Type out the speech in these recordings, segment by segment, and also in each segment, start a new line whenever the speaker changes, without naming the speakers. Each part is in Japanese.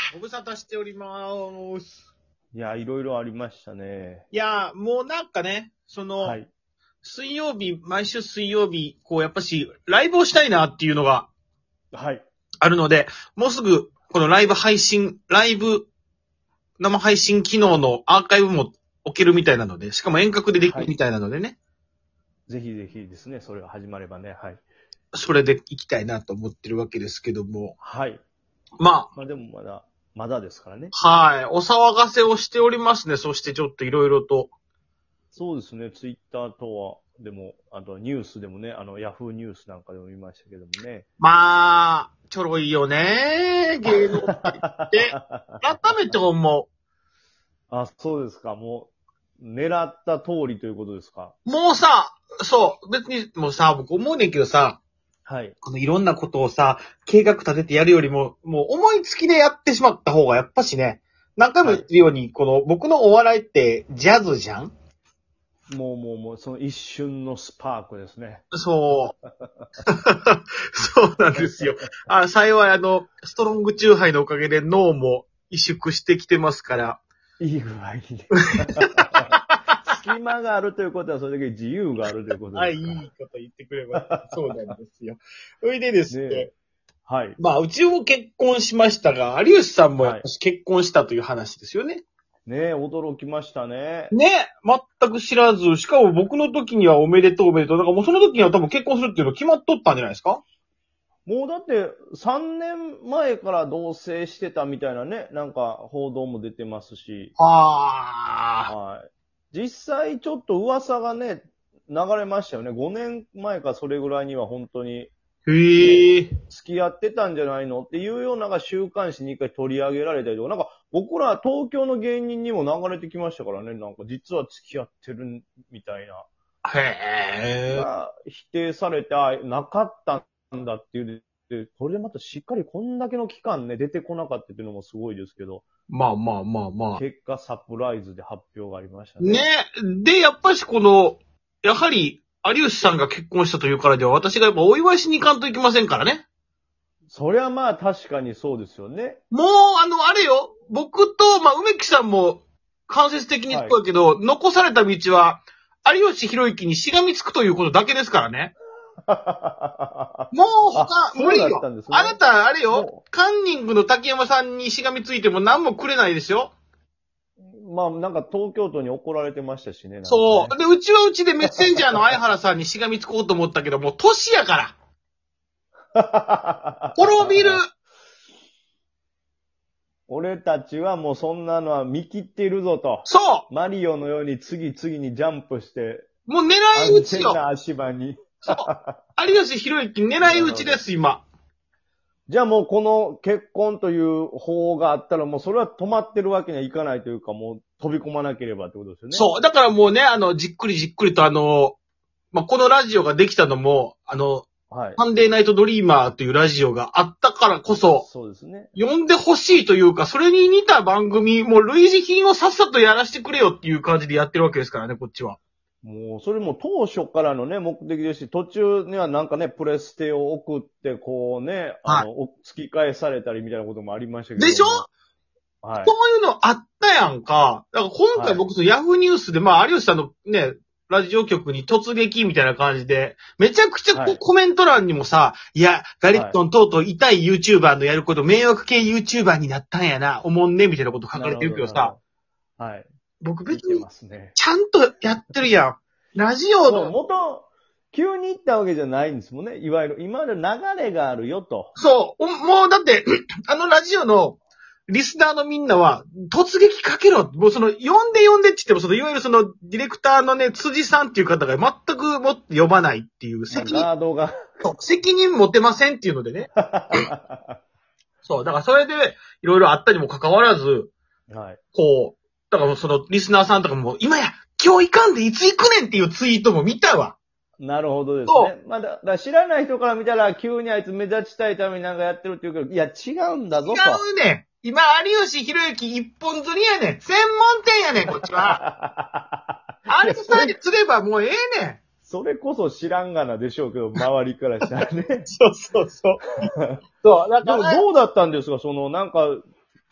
ご無沙汰しております。
いや、いろいろありましたね。
いや、もうなんかね、
はい。
水曜日、毎週水曜日、やっぱし、ライブをしたいなっていうのが
はい。
あるので、もうすぐ、このライブ生配信機能のアーカイブも置けるみたいなので、しかも遠隔ででき
はい。
るみたいなのでね、
ぜひぜひですね、それが始まればね。はい。
それで行きたいなと思ってるわけですけども、
はい。
ま
まあでもまだですからね。
あ、はい、お騒がせをしておりますね。そしてちょっといろいろと。
そうですね、ツイッターとは、でも、あとニュースでもね、ヤフーニュースなんかでも見ましたけどもね。
まあ、ちょろいよね、芸能界って。改めて思う。
あ、そうですか。もう、狙った通りということですか。
もうさ、そう、別にもうさ、僕思うねんけどさ、
はい。
このいろんなことをさ、計画立ててやるよりも、もう思いつきでやってしまった方がやっぱしね、何回も言ってるように、この僕のお笑いってジャズじゃん。
もう、その一瞬のスパークですね。
そう。そうなんですよ。幸いストロングチューハイのおかげで脳も萎縮してきてますから。
いい具合にね。隙間があるということは、それだけ自由があるということ
はい、
ですか。
いいこと言ってくれました。そうなんですよ。それでです
ねえ。
ね、
はい。
まあ、うちも結婚しましたが、有吉さんもやっ
はい。
ぱし結婚したという話ですよね。
ねえ、驚きましたね。
ね、全く知らず、しかも僕の時にはおめでとうおめでとう。だからもうその時には多分結婚するっていうの決まっとったんじゃないですか？
もうだって3年前から同棲してたみたいなね、なんか報道も出てますし、
はあ。
はい。実際ちょっと噂がね、流れましたよね。5年前かそれぐらいには本当にね、
へえ。
付き合ってたんじゃないのっていうようなのが週刊誌に一回取り上げられたりとか、なんか僕ら東京の芸人にも流れてきましたからね、なんか実は付き合ってるみたいな。
へえ。
が否定されて、なかったんだっていう。で、これでまたしっかりこんだけの期間ね、出てこなかったっていうのもすごいですけど、
まあまあまあまあ。
結果サプライズで発表がありました
ね。
ね。
で、やっぱしやはり、有吉さんが結婚したというからでは、私がやっぱお祝いしに行かんといけませんからね。
そりゃまあ確かにそうですよね。
もう、あれよ。僕と、まあ、梅木さんも、間接的にそう
はい。
だけど、残された道は、有吉弘行にしがみつくということだけですからね。もう無
そうだった
理よ。
んですね。
あなた、あれよ。
も
カンニングの竹山さんにしがみついても何もくれないですよ。
まあなんか東京都に怒られてましたしね、なんかね。
そう。で、うちはうちでメッセンジャーの相原さんにしがみつこうと思ったけど、もう年やから。滅びる。
俺たちはもうそんなのは見切っているぞと。
そ
マリオのように次々にジャンプして、
う。もう狙い撃ちよ。
安全な足場に。
そう。有吉弘行狙い撃ちです、今。
じゃあもうこの結婚という法があったらもうそれは止まってるわけにはいかないというかもう飛び込まなければってことですよね。
そう。だからもうね、じっくりじっくりとまあ、このラジオができたのも、
はい。
サンデーナイトドリーマーというラジオがあったからこそ、
そうですね。
呼んでほしいというか、それに似た番組、もう類似品をさっさとやらせてくれよっていう感じでやってるわけですからね、こっちは。
もうそれも当初からのね、目的ですし、途中にはなんかね、プレステを送ってこうね、
は
突き返されたりみたいなこともありましたけ
い。
ども。
でしょ？
はい。
そういうのあったやんか。だから今回
はい。
僕ヤフーニュースで、まあ有吉さんのね、ラジオ局に突撃みたいな感じで、めちゃくちゃ
はい。
コメント欄にもさ、いや、ガリットンとうとう痛い YouTuber のやること迷惑系 YouTuber になったんやな、おもんね、みたいなこと書かれてるけどさ、
はい。
僕別
見て
に
ますね。
ちゃんとやってるやん。ラジオ
そう、
の、
急に行ったわけじゃないんですもんね。いわゆる、今まで流れがあるよと。
そう、もうだって、ラジオのリスナーのみんなは、突撃かけろ。もう呼んでって言っても、いわゆるディレクターのね、辻さんっていう方が全くもって呼ばないっていう
ガードが。
責任持てませんっていうのでね。そう、だからそれで、いろいろあったにもかかわらず、
はい。
だからリスナーさんとかも、今や、今日行かんでいつ行くねんっていうツイートも見たわ。
なるほどです
そ
ね。まあ、だから知らない人から見たら、急にあいつ目立ちたいためになんかやってるっていうけど、いや、違うんだぞと。
違うねん。今、有吉弘行一本釣りやねん。専門店やねん、こっちは。あれさえ釣ればもうええねん。
それこそ知らんがなでしょうけど、周りからしたらね。
そう。そう、だ
でも
から、
どうだったんですかなんか、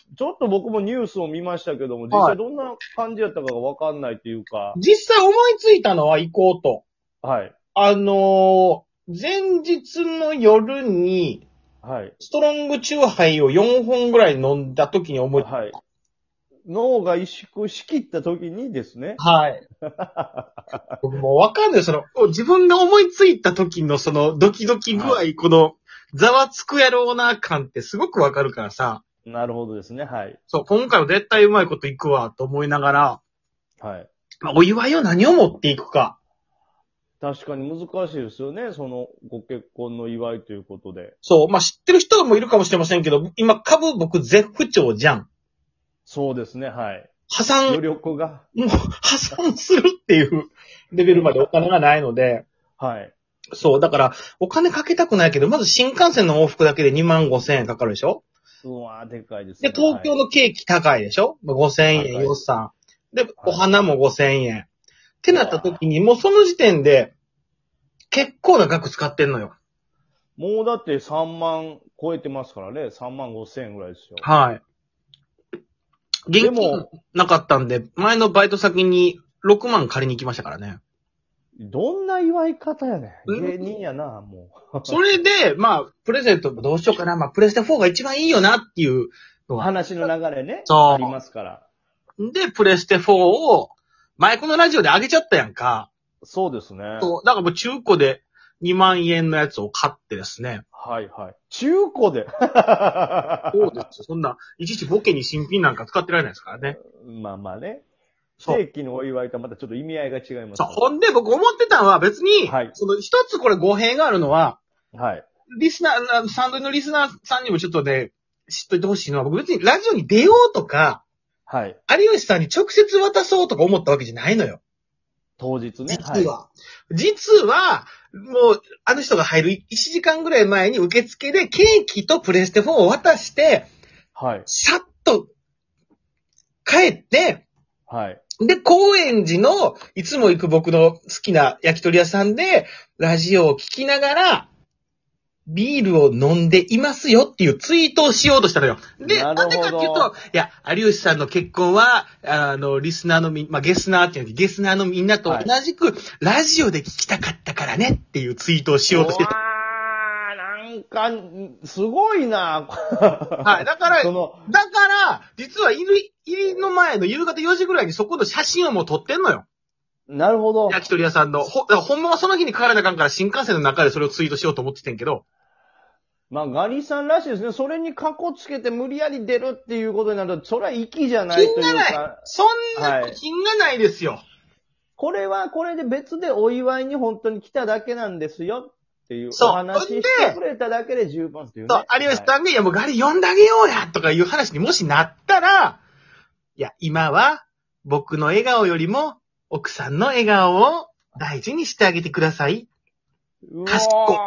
ちょっと僕もニュースを見ましたけども、実際どんな感じやったかがわかんないっていうか、
実際思いついたのは行こうと。
はい。
前日の夜に、
はい。
ストロングチューハイを4本ぐらい飲んだ時に思いついた。
はい。脳が萎縮しきった時にですね。
はい。僕もうわかんない。自分が思いついた時のそのドキドキ具合、
は
この、ざわつくやろうな感ってすごくわかるからさ。
なるほどですね。はい。
そう、今回は絶対うまいこといくわ、と思いながら、
はい。
まあお祝いを何を持っていくか。
確かに難しいですよね。その、ご結婚の祝いということで。
そう、まあ知ってる人もいるかもしれませんけど、今株僕絶不調じゃん。
そうですね。はい。
破産、
余力が。
もう破産するっていうレベルまでお金がないので、
はい。
そう、だからお金かけたくないけど、まず新幹線の往復だけで25,000円かかるでしょ。
うわーでかいです
で、
ね。
東京のケーキ高いでしょ、まあ、?5,000 円
高い
予算。で、
い
お花も5,000円。ってなった時に、もうその時点で、結構な額使ってんのよ。
もうだって3万超えてますからね。3万5千円ぐらいですよ。
はい。現金なかったんで、前のバイト先に6万借りに行きましたからね。
どんな祝い方やね
うん
ん。芸人やな、もう。
それで、まあ、プレゼントどうしようかな。まあ、プレステ4が一番いいよなっていうのは。
話の流れね。
そう
ありますから。
で、プレステ4を、前このラジオで上げちゃったやんか。
そうですね。
そう。だからもう中古で2万円のやつを買ってですね。
はいはい。中古で。
そうですよ。そんな、いちいちボケに新品なんか使ってられないですからね。
まあまあね。
そう
正規のお祝いとはまたちょっと意味合いが違います
そう。
ね。
ほんで僕思ってたのは別に、
はい
その一つこれ語弊があるのは、
はい。
リスナー、サンドリのリスナーさんにもちょっとね、知っといてほしいのは、僕別にラジオに出ようとか、
はい。
有吉さんに直接渡そうとか思ったわけじゃないのよ。
当日ね。
実は。実は、もう、あの人が入る1時間ぐらい前に受付でケーキとプレステ4を渡して、
はい。
さっと帰って、
はい。
で、高円寺のいつも行く僕の好きな焼き鳥屋さんで、ラジオを聞きながら、ビールを飲んでいますよっていうツイートをしようとしたのよ。で、
なるほど
なんでかっていうと、いや、有吉さんの結婚は、リスナーのまあ、ゲスナーっていうのゲスナーのみんなと同じく、ラジオで聞きたかったからねっていうツイートをしようとしてた。
なんか、すごいな。
はい。だから、実は入りの前の夕方4時ぐらいにそこの写真をもう撮ってんのよ。
なるほど。
焼き鳥屋さんの。だからほんまはその日に帰らなあかんから新幹線の中でそれをツイートしようと思っててんけど。
まあ、ガリさんらしいですね。それにカコつけて無理やり出るっていうことになると、それは粋じゃないというか。
品がない。そんな品がないですよ。
これはこれで別でお祝いに本当に来ただけなんですよっていう
そう
お話ししてくれただけで十分っていうね。
そう、有吉さんが、いやもうガリ呼んであげようやとかいう話にもしなったら、いや、今は僕の笑顔よりも奥さんの笑顔を大事にしてあげてください。
うわー
賢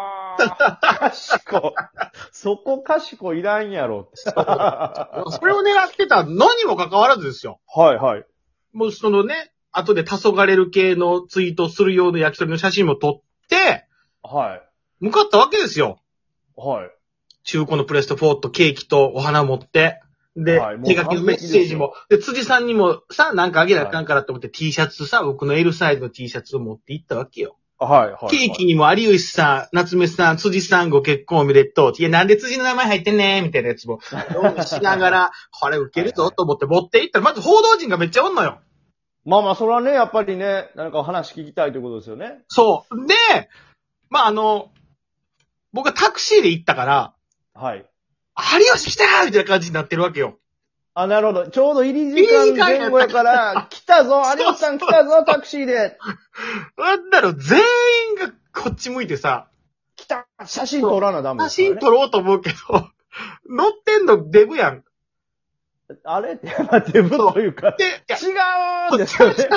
賢。そこ賢いらんやろって。
それを狙ってたのにもかかわらずですよ。
はいはい。
もうそのね、後で黄昏る系のツイートするような焼き鳥の写真も撮って、
はい。
向かったわけですよ。
はい。
中古のプレステ4とケーキとお花持って。で、
はいもう
手書きのメッセージも。で、辻さんにもさ、なんかあげなあかんからと思って、T シャツさ、僕の L サイズの T シャツを持って行ったわけよ。
はいはい。
ケーキにも有吉さん、夏目さん、辻さんご結婚おめでとう。いや、なんで辻の名前入ってんねんみたいなやつも、しながら、これ受けるぞと思って持って行ったら、まず報道陣がめっちゃおんのよ。
まあまあ、それはね、やっぱりね、なんか話聞きたいということですよね。
そう。で、まあ僕はタクシーで行ったから、
はい。
有吉来たーみたいな感じになってるわけよ。
あ、なるほど。ちょうど入り時間前後やから、来たぞ有吉さん来たぞタクシーで
なんだろう、全員がこっち向いてさ、
来た写真撮らなダメですからね。
写真撮ろうと思うけど、乗ってんのデブやん。
あれって、デブというか、
で、いや、
違うんですよね。
違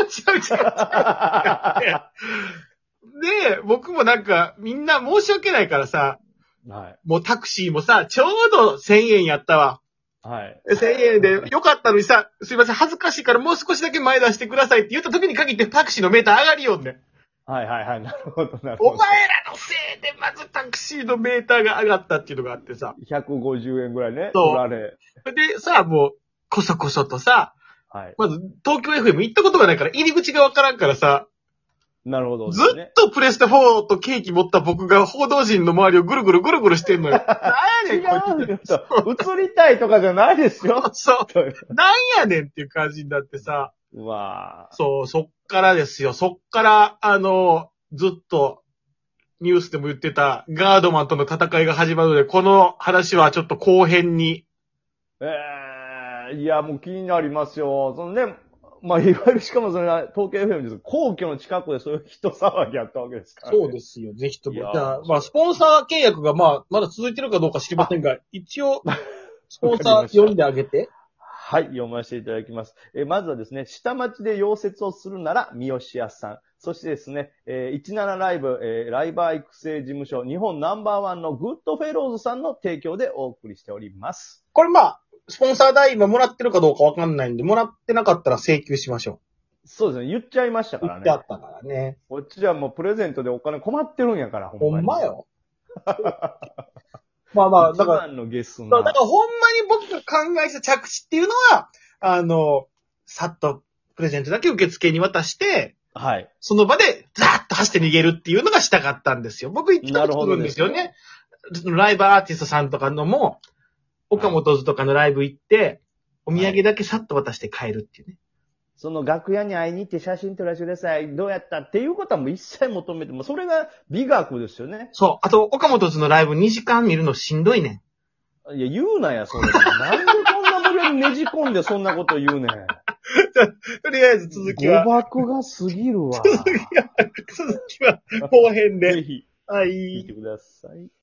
う。で、僕もなんか、みんな申し訳ないからさ、
は
もうタクシーもさ、ちょうど1000円やったわ。
い。はい。
1000円でよかったのにさ、すいません、恥ずかしいからもう少しだけ前出してくださいって言った時に限ってタクシーのメーター上がりよんね。
はいはいはい。なるほど、なるほど。
お前らのせいでまずタクシーのメーターが上がったっていうのがあってさ。
150円ぐらいね。
そう
取られ。
で、さ、もう、こそこそとさ、
はい。
まず、東京 FM 行ったことがないから、入り口がわからんからさ、
なるほど
ず
ですね
っ。とプレステ4とケーキ持った僕が報道陣の周りをぐるぐるぐるぐるしてんのよ。なんやねん、こい
違うよ。映りたいとかじゃないですよ。
つ。そう。なんやねんっていう感じになってさ。
うわ
そう、そっからですよ。そっから、ずっと、ニュースでも言ってた、ガードマンとの戦いが始まるので、この話はちょっと後編に。
いや、もう気になりますよ。そのね、まあ、いわゆるしかもそれは東京 FM です。皇居の近くでそういう人騒ぎあったわけですから、ね。
そうですよ、ぜひとも。
いやー
じゃあ、まあ、スポンサー契約が、まあ、まだ続いてるかどうか知りませんが、一応、スポンサー読んであげて。
はい、読ませていただきます。まずはですね、下町で溶接をするなら、三好屋さん。そしてですね、17ライブ、ライバー育成事務所、日本ナンバーワンのグッドフェローズさんの提供でお送りしております。
これまあ、スポンサー代今もらってるかどうかわかんないんで、もらってなかったら請求しましょ
そうですね、言っちゃいました
う。
からね。
言ってあったからね。
こっちはもうプレゼントでお金困ってるんやから、
ほ
ほんまに。
んまよ。まあまあ、だから、
一番のゲス
だか
な。
らほんまに僕が考えた着地っていうのは、さっとプレゼントだけ受付に渡して、
はい。
その場でザーッと走って逃げるっていうのがしたかったんですよ。僕行ったことあるんですよね。ライブアーティストさんとかのも、岡本図とかのライブ行って、お土産だけさっと渡して帰るっていうね。
その楽屋に会いに行って写真撮らせてください。どうやったっていうことはもう一切求めても、それが美学ですよね。
そう。あと、岡本図のライブ2時間見るのしんどいねん。
いや、言うなや、それ。なんでこんな無理やりねじ込んでそんなこと言うねん。
とりあえず続きは。
誤爆が過ぎるわ。
続きは後編で。
ぜひ、
はい。
見てください。